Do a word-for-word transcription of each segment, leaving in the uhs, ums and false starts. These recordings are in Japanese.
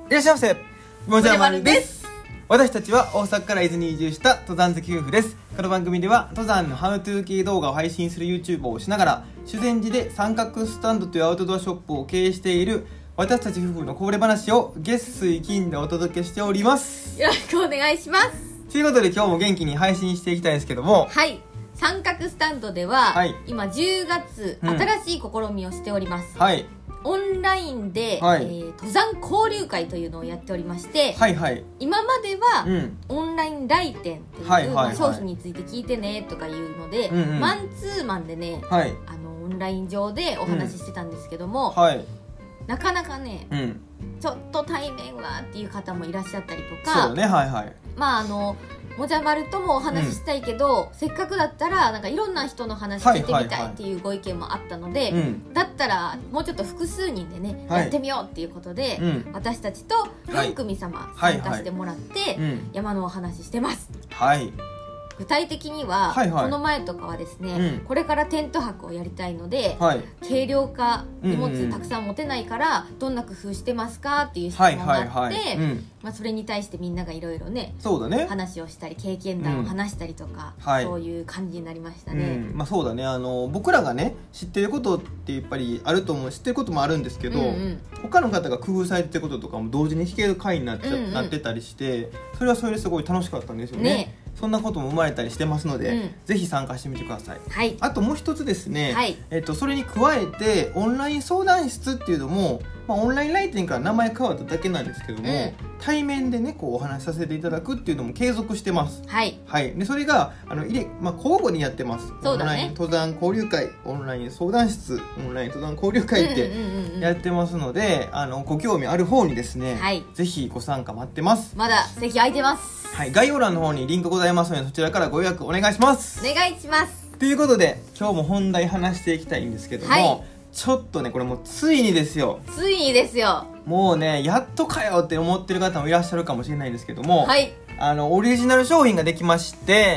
いらっしゃいませ。もじゃまるです。私たちは大阪から伊豆に移住した登山好き夫婦です。この番組では登山のハウトゥー系動画を配信する YouTuber をしながら、修善寺で三角スタンドというアウトドアショップを経営している私たち夫婦のこぼれ話を月水金でお届けしております。 よろしくお願いします。 ということで今日も元気に配信していきたいんですけども、 はい、三角スタンドでは、はい、今じゅうがつ、うん、新しい試みをしております。はい、オンラインで、はい、えー、登山交流会というのをやっておりまして、はいはい、今までは、うん、オンライン来店っていう、はいはいはい、商品について聞いてねとかいうので、うんうん、マンツーマンでね、はい、あのオンライン上でお話ししてたんですけども、うん、はい、なかなかね、うん、ちょっと対面はっていう方もいらっしゃったりとか、 そうね、はいはい、 まああのもじゃまるともお話ししたいけど、うん、せっかくだったらなんかいろんな人の話聞いてみたいっていうご意見もあったので、はいはいはい、だったらもうちょっと複数人でね、はい、やってみようっていうことで、うん、私たちとよんくみ様参加してもらって、はいはいはい、山のお話してます。はい、具体的には、はいはい、この前とかはですね、うん、これからテント泊をやりたいので、はい、軽量化、荷物たくさん持てないから、うんうん、どんな工夫してますかっていう質問があって、はいはいはい、うん、まあ、それに対してみんながいろいろね、そうだね、話をしたり経験談を話したりとか、うん、はい、そういう感じになりましたね。うん、まあ、 そうだね、あの僕らがね知ってることってやっぱりあると思う、知ってることもあるんですけど、うんうん、他の方が工夫されてることとかも同時に聞ける回になっちゃ、うんうん、なってたりして、それはそれですごい楽しかったんですよね。ね、そんなことも生まれたりしてますので、うん、ぜひ参加してみてください。はい、あともう一つですね、はい、えっと、それに加えてオンライン相談室っていうのも、まあ、オンライン来店から名前変わっただけなんですけども、うん、対面でねこうお話しさせていただくっていうのも継続してます。はい、はい、でそれがあの入れ、まあ、交互にやってます。そうだね、オンライン登山交流会、オンライン相談室、オンライン登山交流会ってやってますので、あのご興味ある方にですね、はい、ぜひご参加待ってます。 まだ席空いてます。 はい、概要欄の方にリンクございますので、そちらからご予約お願いします。 お願いします。 ということで今日も本題話していきたいんですけども、はい、ちょっとねこれもうついにですよ。 ついにですよ。 もうねやっとかよって思ってる方もいらっしゃるかもしれないんですけども、はい、あのオリジナル商品ができまして、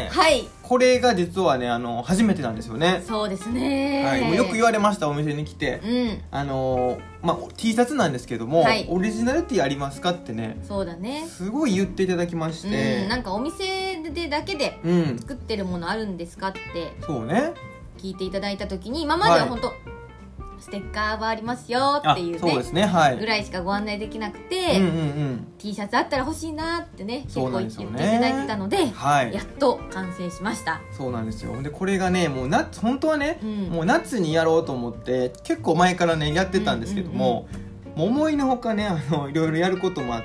はい、これが実はねあの初めてなんですよね。 そうですね、 はい、もうよく言われました。お店に来て、うん、あのまあ、T シャツなんですけども、はい、オリジナルティありますかってね、そうだね、すごい言っていただきまして、 うん、なんかお店でだけで作ってるものあるんですかって、うん、そうね、聞いていただいた時に今までは本当、はい、ステッカーはありますよっていうね、そうですね、はい、ぐらいしかご案内できなくて、うんうんうん、T シャツあったら欲しいなってね結構言っていただいてたので、はい、やっと完成しました。 そうなんですよ。でこれがねもう夏本当はね、うん、もう夏にやろうと思って結構前からねやってたんですけども、うんうんうん、もう思いのほかねあのいろいろやることもあって、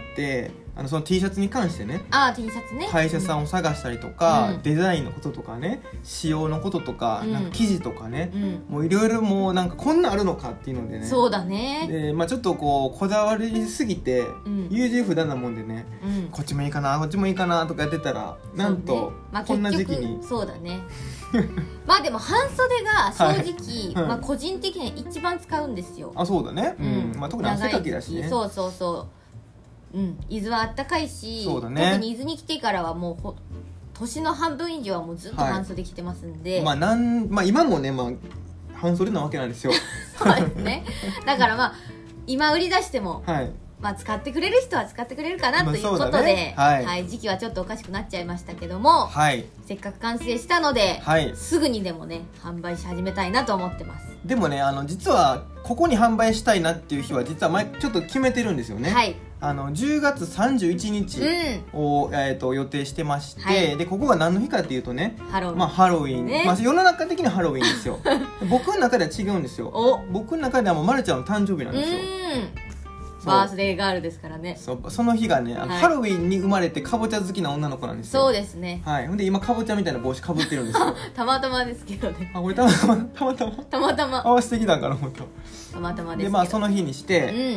あのその T シャツに関してね、 あ T シャツね、 会社さんを探したりとか、うん、デザインのこととかね、仕様のこととか、うん、なんか生地とかね、うん、もういろいろもうなんかこんなんあるのかっていうのでね、 そうだね、 で、まあ、ちょっとこうこだわりすぎて、うん、優柔不断なもんでね、うん、こっちもいいかなこっちもいいかなとかやってたら、なんと、ね、まあ、こんな時期にそうだねまあでも半袖が正直、はい、まあ、個人的には一番使うんですよ。 あ、そうだね、うん、まあ、特に汗かきだしね。 そうそうそう、うん、伊豆はあったかいし、そうだね、特に伊豆に来てからはもうほ年の半分以上はもうずっと半袖着てますんで、はい、まあなんまあ、今もね、まあ、半袖なわけなんですよそうですね、だからまあ今売り出しても、はい、まあ、使ってくれる人は使ってくれるかなということで、ね、はいはい、時期はちょっとおかしくなっちゃいましたけども、はい、せっかく完成したので、はい、すぐにでもね販売し始めたいなと思ってます。 でもねあの実はここに販売したいなっていう日は実は前ちょっと決めてるんですよね。はい、あのじゅうがつさんじゅういちにちを、うん、えー、と予定してまして、はい、でここが何の日かっていうとね、ハロウィン、まあ、ハロウィン、ね、まあ、世の中的にはハロウィンですよ僕の中では違うんですよ。僕の中ではもうまるちゃんの誕生日なんですよ。 バースデーガールですからね。 そ, その日がねあの、はい、ハロウィンに生まれてかぼちゃ好きな女の子なんですよ。 そうですね。 はい。ほんで今かぼちゃみたいな帽子かぶってるんですよたまたまですけどね。 あ、これたまたまたまたまたまたま合わせてきたんかな本当。 たまたまですけど。 でまあその日にして、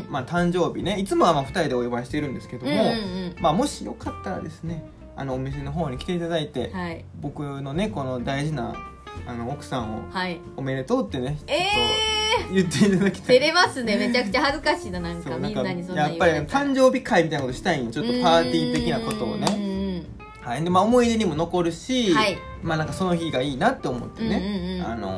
うん、まあ誕生日ね、いつもはまあふたりでお祝いしているんですけども、うんうんうん、まあもしよかったらですね、あのお店の方に来ていただいて、はい、僕のねこの大事なあの奥さんをおめでとうってね、はい、えー、言っていただきたい。 照れますね、めちゃくちゃ恥ずかしいな、なんかみんなにそんな言われたらやっぱり、ね、誕生日会みたいなことしたいんよ。ちょっとパーティー的なことをね、はい、でまあ、思い出にも残るし、はい、まあなんかその日がいいなって思ってね、うんうんうん、あのー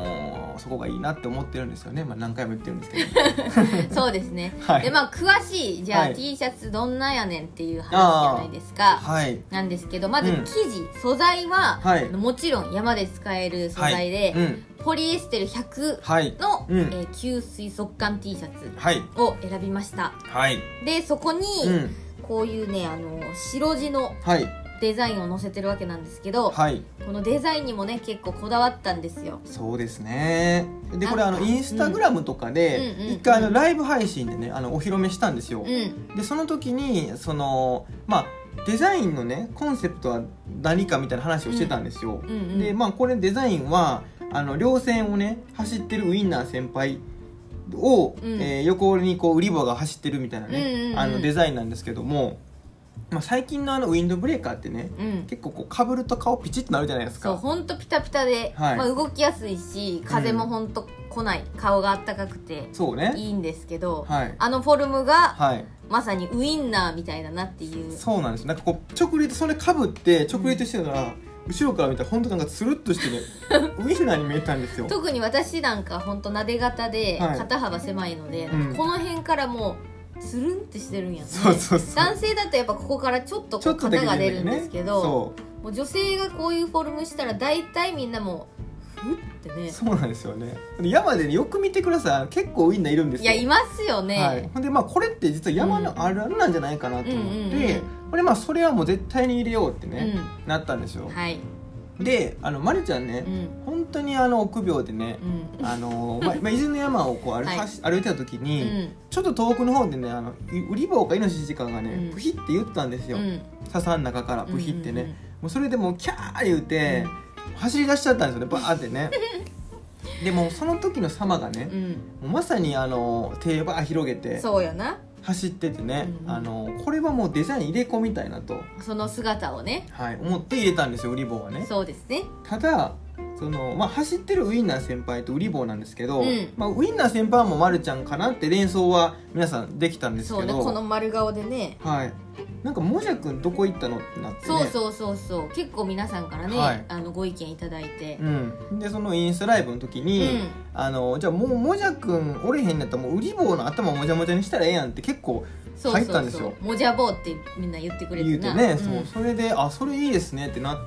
のそこがいいなって思ってるんですよね、まあ、何回も言ってるんですけどそうですね、 はい、 でまあ詳しいじゃあ、はい、T シャツどんなやねんっていう話じゃないですか、はい、なんですけど、まず生地、うん、素材は、はい、もちろん山で使える素材で、はいうん、ポリエステルひゃくの、はいうんえー、吸水速乾 T シャツを選びました、はい、でそこに、うん、こういうねあの白地の、はいデザインを載せてるわけなんですけど、はい、このデザインにもね結構こだわったんですよ。 そうですね。でこれあのインスタグラムとかで一回あのライブ配信でねあのお披露目したんですよ、うん、でその時にそのまあデザインのねコンセプトは何かみたいな話をしてたんですよ、うんうんうん、でまあこれデザインはあの稜線をね走ってるウインナー先輩を、うんえー、横にこう売り場が走ってるみたいなね、うんうんうん、あのデザインなんですけども、まあ、最近のあのウィンドブレーカーってね、うん、結構こう被ると顔ピチッとなるじゃないですか。 そうほんとピタピタで、はいまあ、動きやすいし風もほんと来ない、うん、顔があったかくていいんですけど、ねはい、あのフォルムが、はい、まさにウインナーみたいだなっていう。 そうなんです。なんかこう直立それ被って直立してたら、うん後ろから見たら本当なんかスルッとしてねウインナーに見えたんですよ。 特に私なんか本当なで型で肩幅狭いので、はい、この辺からもうつるんってしてるんやね。 そうそうそう。 男性だとやっぱここからちょっとこう肩が出るんですけど、ね、もう女性がこういうフォルムしたら大体みんなもうふってね。 そうなんですよね。山で、ね、よく見てください。結構ウインナーいるんですよ。 いやいますよね、 はい、ほんでまあこれって実は山のあるあるなんじゃないかなと思って、これまあそれはもう絶対に入れようってね、うん、なったんですよ。はいであのまるちゃんね、うん、本当にあの臆病でね、うん、あのまま伊豆の山をこう歩、はい、歩いてた時に、うん、ちょっと遠くの方でねあのウリボウかイノシシかがね、うん、プヒって言ったんですよ、うん、笹の中からプヒってね、うんうんうん、もうそれでもうキャー言うて、うん、走り出しちゃったんですよねバーってねでもその時の様がね、うん、もうまさにあの手バー広げてそうやな走っててね、うん、あのこれはもうデザイン入れ込みたいなとその姿をね、 はい、思って入れたんですよウリボウはね。 そうですね。 ただその、まあ、走ってるウインナー先輩とウリボウなんですけど、うんまあ、ウインナー先輩もまるちゃんかなって連想は皆さんできたんですけどそうねこの丸顔でねはいなんかもじゃくんどこ行ったのってなって、ね、 そうそうそうそう結構皆さんからね、はい、あのご意見いただいて、 うん、でそのインスタライブの時に、うん、あのじゃあもうもじゃくんおれへんやったらもうウリボウの頭もじゃもじゃにしたらええやんって結構入ったんですよ。そうそうそうもじゃぼうってみんな言ってくれてな言うてね、うん、そうそれであそれいいですねってなって、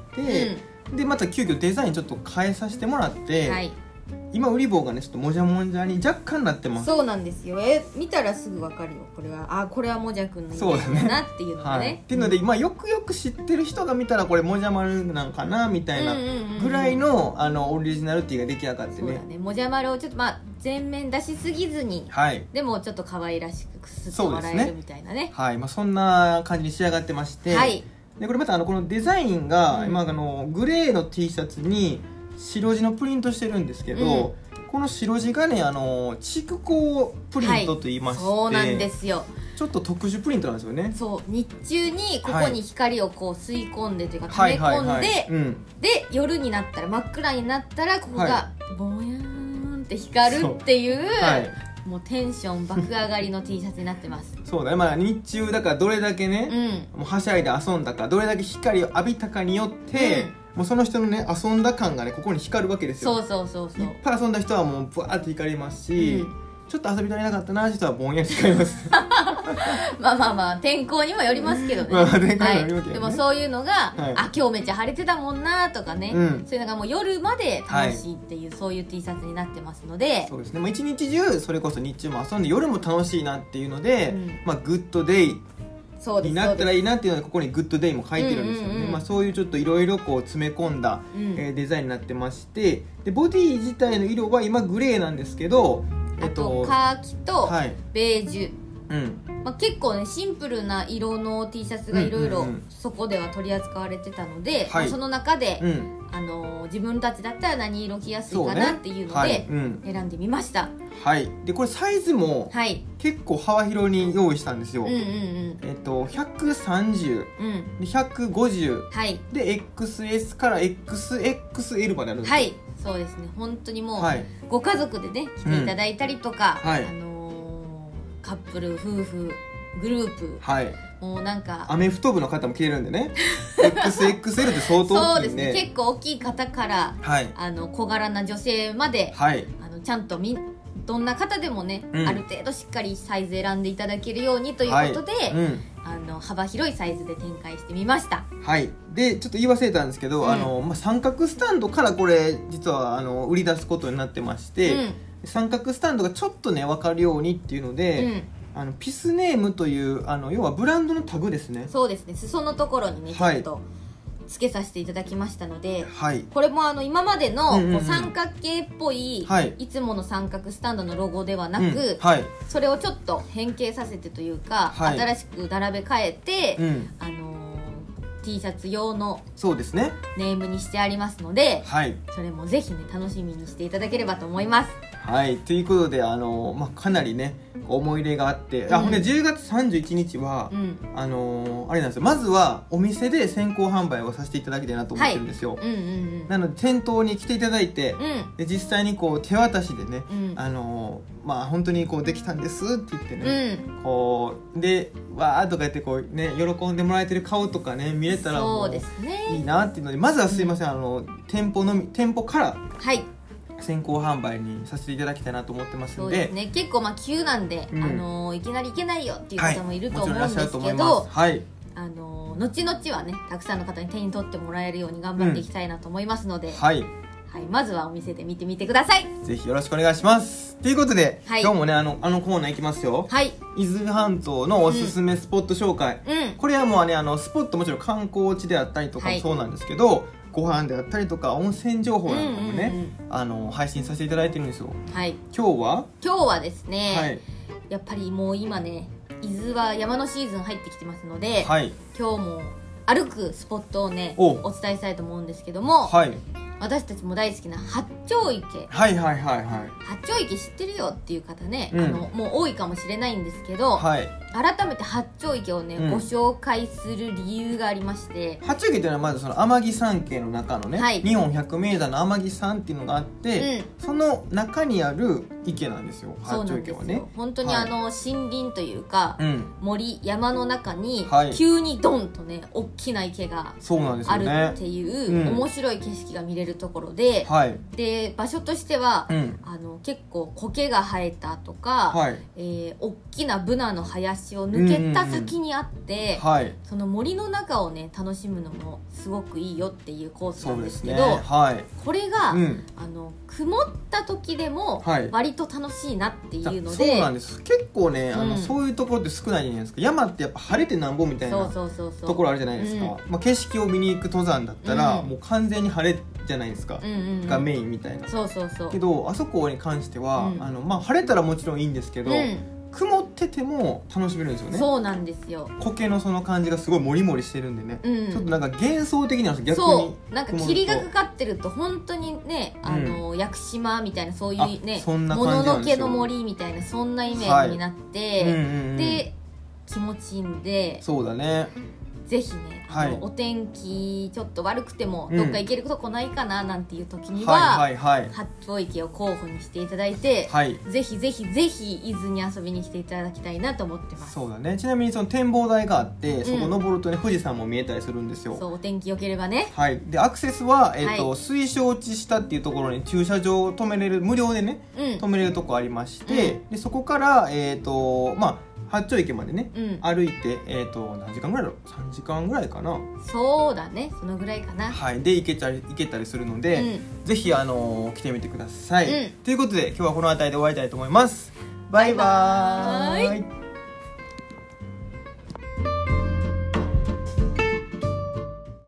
うん、でまた急遽デザインちょっと変えさせてもらって、はい、今ウリボウがねちょっともじゃもじゃに若干なってます。 そうなんですよ。え見たらすぐ分かるよこれはあこれはもじゃくんのイメージだなっていうのがね、はい、 っていうので、まあ、よくよく知ってる人が見たらこれもじゃ丸なんかなみたいなぐらいの、あのオリジナルティーが出来上がってね。 そうだねもじゃ丸をちょっとまあ全面出しすぎずに、はい、でもちょっと可愛らしくくすってもらえるみたいなねはいまあ、そんな感じに仕上がってまして、はい、でこれまたあのこのデザインが、うん、今あのグレーの T シャツに白地のプリントしてるんですけど、うんこの白地がねあの蓄光プリントと言いまして、はい、 そうなんですよちょっと特殊プリントなんですよね。 そう日中にここに光をこう吸い込んでというか溜め込んでで夜になったら真っ暗になったらここがボヤーンって光るっていう、はい、もうテンション爆上がりの T シャツになってますそうだね、まあ、日中だからどれだけね、うん、もうはしゃいで遊んだかどれだけ光を浴びたかによって、うんもうその人のね遊んだ感がねここに光るわけですよ。 そうそうそうそういっぱい遊んだ人はもうブワーって光りますし、うん、ちょっと遊び足りなかったな人はぼんやり光りますまあまあまあ天候にもよりますけどねまあ天候にもよりますけどね、はい、でもそういうのが、はい、あ今日めっちゃ晴れてたもんなとかね、うん、そういうのがもう夜まで楽しいっていう、はい、そういう T シャツになってますのでそうですねもう一日中それこそ日中も遊んで夜も楽しいなっていうので、うん、まあグッドデイになったらいいなっていうのでここにグッドデイも書いてるんですよね、うんうんうんまあ、そういうちょっといろいろ詰め込んだ、うんえー、デザインになってましてでボディ自体の色は今グレーなんですけど、 えっと、あとカーキとベージュ、はいうんまあ、結構ねシンプルな色の T シャツがいろいろそこでは取り扱われてたので、うんうんうんまあ、その中で、うんあのー、自分たちだったら何色着やすいかなっていうので、ねはいうん、選んでみました。 はいでこれサイズも結構幅広に用意したんですよ、うんうんうんえっと、ひゃくさんじゅう、うん、でひゃくごじゅう、はい、で エックスエス から エックスエックスエル まであるんですよ。 はいそうですね本当にもう、はい、ご家族でね来ていただいたりとか、うんはいあのーカップル夫婦グループ、はい、もうなんかアメフト部の方も着れるんでねエックスエックスエル って相当大きいねそうですね結構大きい方から、はい、あの小柄な女性まで、はい、あちゃんとみどんな方でもね、 うん、 ある程度しっかりサイズ選んでいただけるようにということで、はい、うん、あの幅広いサイズで展開してみました。 はい。でちょっと言い忘れたんですけど、うん、あのまあ、三角スタンドからこれ実はあの売り出すことになってまして、うん、三角スタンドがちょっとね分かるようにっていうので、うん、あのピスネームというあの要はブランドのタグですね。 そうですね、裾のところにねちょっと、はい、つけさせていただきましたので、 はい、 これもあの今までのこう三角形っぽい、はい、いつもの三角スタンドのロゴではなく、うん、はい、それをちょっと変形させてというか、はい、新しく並べ替えて、うん、あのー、T シャツ用のそうですねネームにしてありますので、 はい、 それもぜひね楽しみにしていただければと思います。 はい、ということであの、まあ、かなりね思い入れがあって、うん、あほんでじゅうがつさんじゅういちにちは、うん、あのー、あれなんですよ、まずはお店で先行販売をさせていただきたいなと思ってるんですよ、はい、うんうんうん、なので店頭に来ていただいて、うん、で実際にこう手渡しでね、うん、あのー、まあ本当にこうできたんですって言ってね、うん、こうでわーとか言ってこうね喜んでもらえてる顔とかね見れたらもういいなっていうので、まずはすいません、うん、あの店舗のみ店舗からはい先行販売にさせていただきたいなと思ってますので、 そうですね、結構まあ急なんで、うん、あのいきなり行けないよっていう方もいると思うんですけど、はい、あの後々はねたくさんの方に手に取ってもらえるように頑張っていきたいなと思いますので、うん、はい、はい、まずはお店で見てみてください。 ぜひよろしくお願いします。ということで、はい、今日もねあのあのコーナー行きますよ。はい、伊豆半島のおすすめスポット紹介、うん、これはもうねあのスポットもちろん観光地であったりとかもそうなんですけど、はい、ご飯であったりとか温泉情報なんかもね、うんうんうん、あの配信させていただいてるんですよ。はい、今日は今日はですね、はい、やっぱりもう今ね伊豆は山のシーズン入ってきてますので、はい、今日も歩くスポットをねお伝えしたいと思うんですけども、はい、私たちも大好きな八丁池、 はいはいはいはい、 八丁池知ってるよっていう方ね、うん、あのもう多いかもしれないんですけど、はい、改めて八丁池をね、うん、ご紹介する理由がありまして、 八丁池っていうのはまずその天城山系の中のね、はい、日本百名山の天城山っていうのがあって、うん、その中にある池なんですよ。八丁池はね本当にあの、はい、森林というか、うん、森山の中に急にドンとね大きな池があるっていう、ね、うん、面白い景色が見れるところで、はい、で場所としては、うん、あの結構苔が生えたとか、はい、えー、大きなブナの林を抜けた先にあって、うんうんうん、はい、その森の中をね楽しむのもすごくいいよっていうコースなんですけど、ね、はい、これが、うん、あの曇った時でも割と楽しいなっていうので、 そうなんです。結構ね、あの、うん、そういうところって少ないじゃないですか。山ってやっぱ晴れてなんぼみたいなところあるじゃないですか、うん、まあ、景色を見に行く登山だったら、うん、もう完全に晴れじゃないですか、うんうんうん、がメインみたいな。そうそうそう。けどあそこに関しては、うん、あのまあ、晴れたらもちろんいいんですけど、うん、曇ってても楽しめるんですよね。 そうなんですよ。 苔のその感じがすごいモリモリしてるんでね、うん、ちょっとなんか幻想的なんですよ。 逆にそうなんか霧がかかってると本当にね、あの、うん、屋久島みたいなそういうねもののけの森みたいなそんなイメージになって、はい、うんうんうん、で気持ちいいんで、 そうだね、 ぜひね、あの、はい、お天気ちょっと悪くてもどっか行けるとこないかななんていう時には、はいはいはい、八丁池を候補にしていただいて、はい、ぜひぜひぜひ伊豆に遊びに来ていただきたいなと思ってます。 そうだね。ちなみにその展望台があって、うん、そこ登るとね富士山も見えたりするんですよ。 そう、お天気良ければね。 はい。でアクセスは、えーとはい、水晶地下っていうところに駐車場を止めれる無料でね、うん、止めれるとこありまして、うん、でそこからえっ、ー、とまあ八丁池までね、うん、歩いて、えー、と何時間ぐらいだろう、さんじかんぐらいかな。 そうだね、そのぐらいかな。 はい、で行けたり行けたりするので、うん、ぜひ、あのー、来てみてください、うん、ということで今日はこの辺りで終わりたいと思います。バイバーイ。